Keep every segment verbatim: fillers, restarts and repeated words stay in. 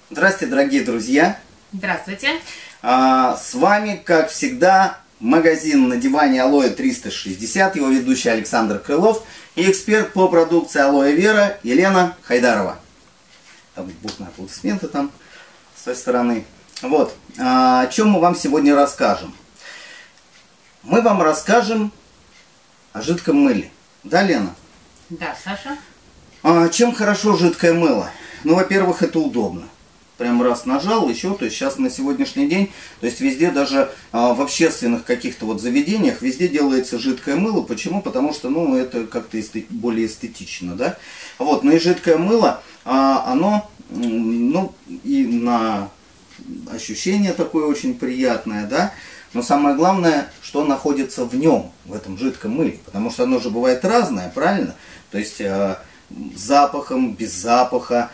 Здравствуйте, дорогие друзья! Здравствуйте! А, с вами, как всегда, магазин на диване Алоэ триста шестьдесят, его ведущий Александр Крылов и эксперт по продукции Алоэ Вера Елена Хайдарова. Там будут аплодисменты там с той стороны. Вот, а, о чем мы вам сегодня расскажем. Мы вам расскажем о жидком мыле. Да, Лена? Да, Саша. А, чем хорошо жидкое мыло? Ну, во-первых, это удобно. Прям раз нажал, еще, то есть сейчас на сегодняшний день, то есть везде, даже а, в общественных каких-то вот заведениях, везде делается жидкое мыло. Почему? Потому что, ну, это как-то эстет, более эстетично, да. Вот, но и жидкое мыло, а, оно, ну, и на ощущение такое очень приятное, да. Но самое главное, что находится в нем, в этом жидком мыле, потому что оно же бывает разное, правильно? То есть а, с запахом, без запаха,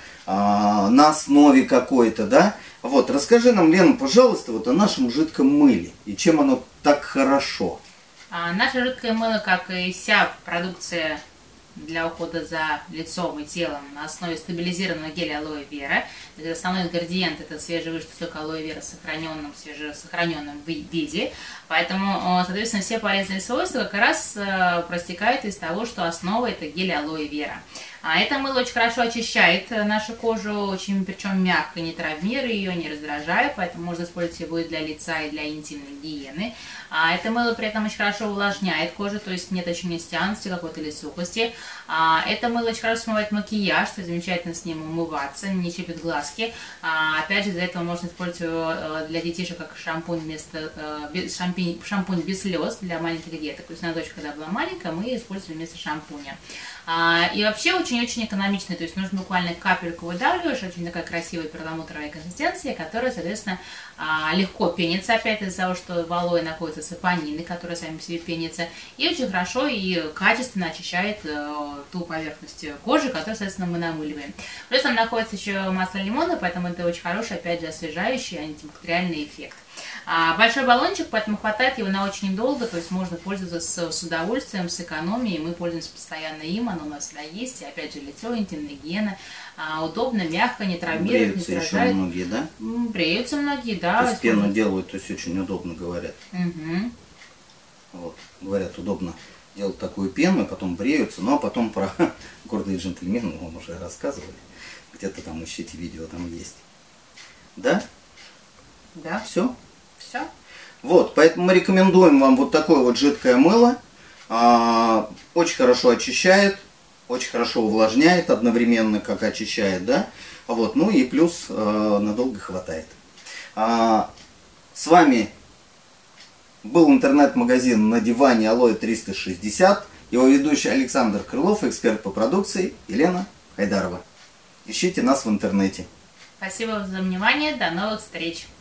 на основе какой-то, да? Вот, расскажи нам, Лена, пожалуйста, вот о нашем жидком мыле и чем оно так хорошо. А, наше жидкое мыло, как и вся продукция для ухода за лицом и телом на основе стабилизированного геля Алоэ Вера. Основной ингредиент — это свежевыжатый сок Алоэ Вера в сохраненном, свежесохраненном виде. Поэтому, соответственно, все полезные свойства как раз проистекают из того, что основа — это гель Алоэ Вера. А это мыло очень хорошо очищает нашу кожу, очень, причем мягко, не травмируя ее, не раздражая, поэтому можно использовать его и для лица, и для интимной гигиены. А это мыло при этом очень хорошо увлажняет кожу, то есть нет очень стянности какой-то или сухости. А это мыло очень хорошо смывает макияж, то есть замечательно с ним умываться, не щипит глазки. А опять же, для этого можно использовать его для детишек как шампунь вместо шампунь, шампунь без слез для маленьких деток. То есть на дочь, когда была маленькая, мы использовали вместо шампуня. А, и вообще очень-очень экономичный, то есть нужно буквально капельку выдавливаешь, очень такая красивая перламутровая консистенция, которая, соответственно, а, легко пенится, опять из-за того, что в алоэ находятся сапонины, которые сами по себе пенятся, и очень хорошо и качественно очищает а, ту поверхность кожи, которую, соответственно, мы намыливаем. Плюс там находится еще масло лимона, поэтому это очень хороший, опять же, освежающий антибактериальный эффект. А, большой баллончик, поэтому хватает его на очень долго, то есть можно пользоваться с, с удовольствием, с экономией. Мы пользуемся постоянно им, оно у нас всегда есть. И опять же, лицо, интимная гигиена. А, удобно, мягко, не травмирует, не Бреются еще многие, да? Бреются многие, да. То есть пену делают, то есть очень удобно, говорят. Угу. Вот, говорят, удобно делать такую пену, и потом бреются. Ну, а потом про гордые джентльмены вам уже рассказывали. Где-то там ищите видео, там есть. Да? Да. Все? Все. Вот, поэтому мы рекомендуем вам вот такое вот жидкое мыло. А, очень хорошо очищает, очень хорошо увлажняет одновременно, как очищает, да. Вот, ну и плюс а, надолго хватает. А, с вами был интернет-магазин на диване Алоэ триста шестьдесят. Его ведущий Александр Крылов, эксперт по продукции Елена Хайдарова. Ищите нас в интернете. Спасибо за внимание. До новых встреч.